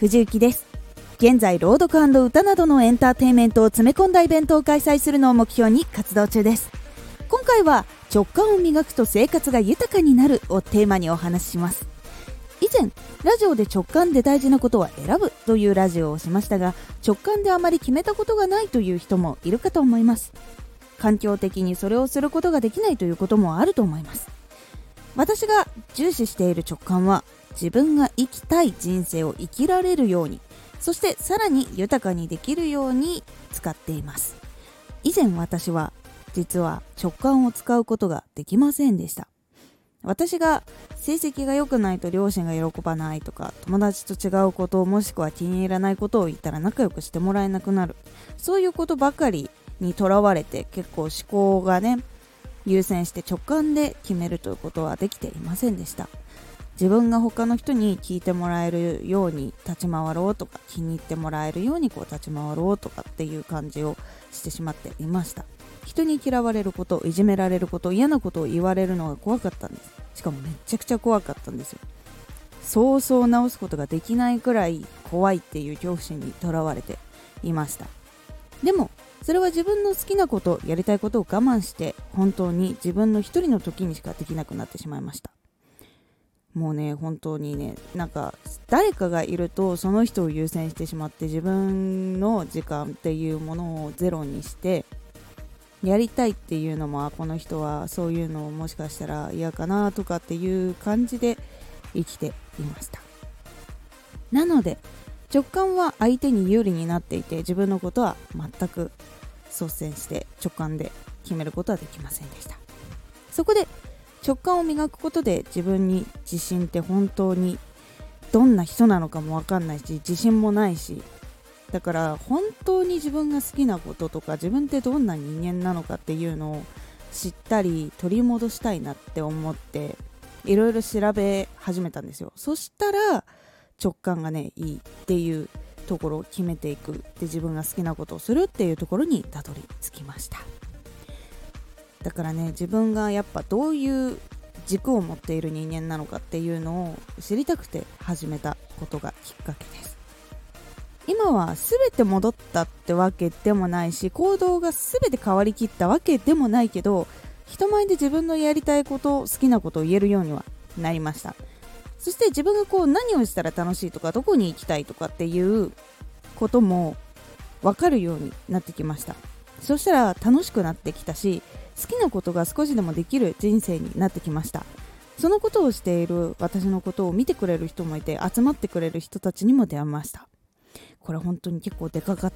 藤幸です。現在朗読&歌などのエンターテインメントを詰め込んだイベントを開催するのを目標に活動中です。今回は直感を磨くと生活が豊かになるをテーマにお話しします。以前ラジオで直感で大事なことは選ぶというラジオをしましたが、直感であまり決めたことがないという人もいるかと思います。環境的にそれをすることができないということもあると思います。私が重視している直感は、自分が生きたい人生を生きられるように、そしてさらに豊かにできるように使っています。以前私は実は直感を使うことができませんでした。私が成績が良くないと両親が喜ばないとか、友達と違うことをもしくは気に入らないことを言ったら仲良くしてもらえなくなる、そういうことばかりにとらわれて、結構思考がね優先して直感で決めるということはできていませんでした。自分が他の人に聞いてもらえるように立ち回ろうとか、気に入ってもらえるように立ち回ろうとかっていう感じをしてしまっていました。人に嫌われること、いじめられること、嫌なことを言われるのが怖かったんです。しかもめちゃくちゃ怖かったんですよ。そうそう直すことができないくらい怖いっていう恐怖心にとらわれていました。でもそれは自分の好きなこと、やりたいことを我慢して、本当に自分の一人の時にしかできなくなってしまいました。もうね、本当にね、誰かがいるとその人を優先してしまって、自分の時間っていうものをゼロにして、やりたいっていうのも、この人はそういうのをもしかしたら嫌かなとかっていう感じで生きていました。なので直感は相手に有利になっていて、自分のことは全く率先して直感で決めることはできませんでした。そこで直感を磨くことで、自分に自信って本当にどんな人なのかも分かんないし、自信もないし、だから本当に自分が好きなこととか、自分ってどんな人間なのかっていうのを知ったり取り戻したいなって思って、いろいろ調べ始めたんですよ。そしたら直感がねいいっていうところを決めていく、で自分が好きなことをするっていうところにたどり着きました。だからね、自分がやっぱどういう軸を持っている人間なのかっていうのを知りたくて始めたことがきっかけです。今は全て戻ったってわけでもないし、行動が全て変わりきったわけでもないけど、人前で自分のやりたいこと、好きなことを言えるようにはなりました。そして自分が何をしたら楽しいとか、どこに行きたいとかっていうことも分かるようになってきました。そしたら楽しくなってきたし、好きなことが少しでもできる人生になってきました。そのことをしている私のことを見てくれる人もいて、集まってくれる人たちにも出会いました。これ本当に結構でかかった。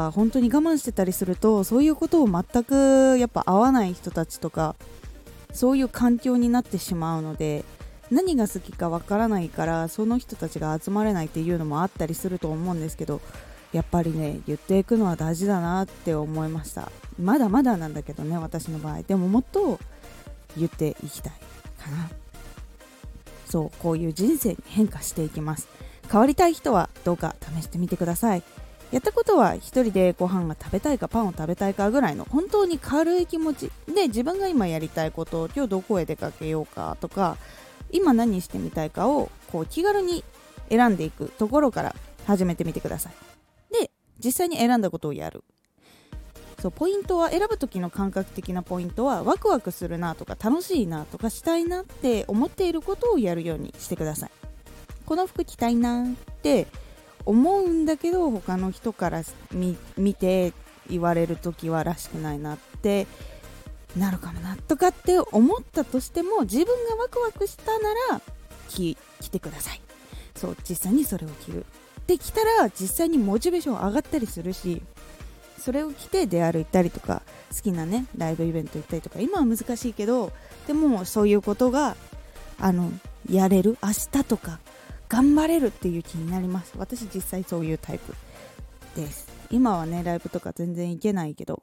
本当に我慢してたりすると、そういうことを全くやっぱ合わない人たちとか、そういう環境になってしまうので、何が好きかわからないから、その人たちが集まれないっていうのもあったりすると思うんですけど、やっぱりね、言っていくのは大事だなって思いました。まだまだなんだけどね、私の場合。でももっと言っていきたいかな。そう、こういう人生に変化していきます。変わりたい人はどうか試してみてください。やったことは一人でご飯が食べたいかパンを食べたいかぐらいの本当に軽い気持ちで、自分が今やりたいこと、今日どこへ出かけようかとか、今何してみたいかを気軽に選んでいくところから始めてみてください。で、実際に選んだことをやる。そう、ポイントは、選ぶ時の感覚的なポイントは、ワクワクするなとか楽しいなとかしたいなって思っていることをやるようにしてください。この服着たいなって思うんだけど、他の人から見て言われるときはらしくないなってなるかもなとかって思ったとしても、自分がワクワクしたなら着てください。そう、実際にそれを着るできたら、実際にモチベーション上がったりするし、それを着て出歩いたりとか、好きなねライブイベント行ったりとか、今は難しいけど、でもそういうことがやれる、明日とか頑張れるっていう気になります。私実際そういうタイプです。今はねライブとか全然行けないけど、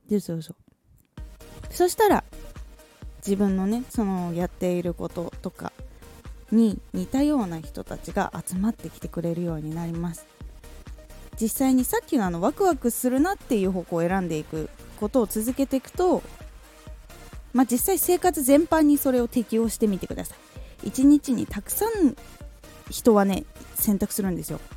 そしたら自分のねそのやっていることとかに似たような人たちが集まってきてくれるようになります。実際にさっきのワクワクするなっていう方向を選んでいくことを続けていくと、実際生活全般にそれを適用してみてください。一日にたくさん人はね選択するんですよ。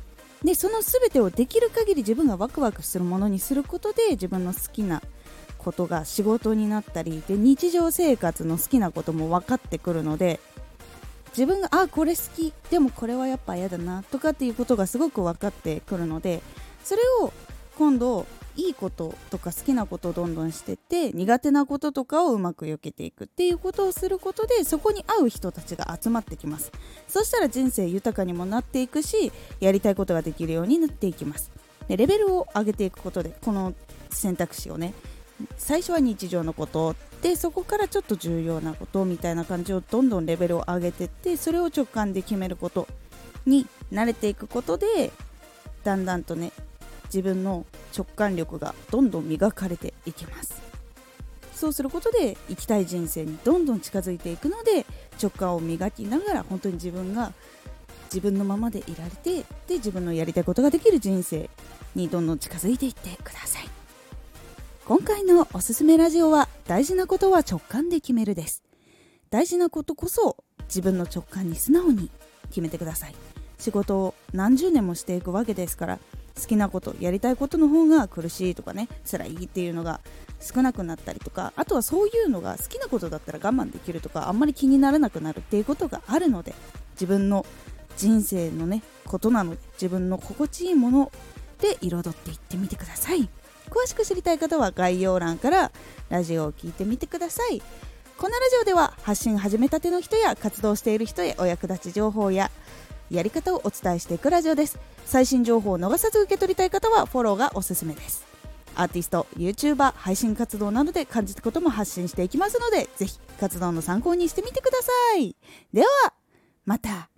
でその全てをできる限り自分がワクワクするものにすることで、自分の好きなことが仕事になったりで、日常生活の好きなことも分かってくるので、自分がこれ好き、でもこれはやっぱ嫌だなとかっていうことがすごく分かってくるので、それを今度いいこととか好きなことをどんどんしてって、苦手なこととかをうまく避けていくっていうことをすることで、そこに合う人たちが集まってきます。そしたら人生豊かにもなっていくし、やりたいことができるようになっていきます。でレベルを上げていくことで、この選択肢をね、最初は日常のことで、そこからちょっと重要なことみたいな感じをどんどんレベルを上げていって、それを直感で決めることに慣れていくことで、だんだんとね、自分の直感力がどんどん磨かれていきます。そうすることで生きたい人生にどんどん近づいていくので、直感を磨きながら本当に自分が自分のままでいられて、で自分のやりたいことができる人生にどんどん近づいていってください。今回のおすすめラジオは、大事なことは直感で決めるです。大事なことこそ自分の直感に素直に決めてください。仕事を何十年もしていくわけですから、好きなこと、やりたいことの方が苦しいとかね、辛いっていうのが少なくなったりとか、あとはそういうのが好きなことだったら我慢できるとか、あんまり気にならなくなるっていうことがあるので、自分の人生のねことなので、自分の心地いいもので彩っていってみてください。詳しく知りたい方は概要欄からラジオを聞いてみてください。このラジオでは発信始めたての人や活動している人へお役立ち情報ややり方をお伝えしていくラジオです。最新情報を逃さず受け取りたい方はフォローがおすすめです。アーティスト、YouTuber、配信活動などで感じたことも発信していきますので、ぜひ活動の参考にしてみてください。ではまた。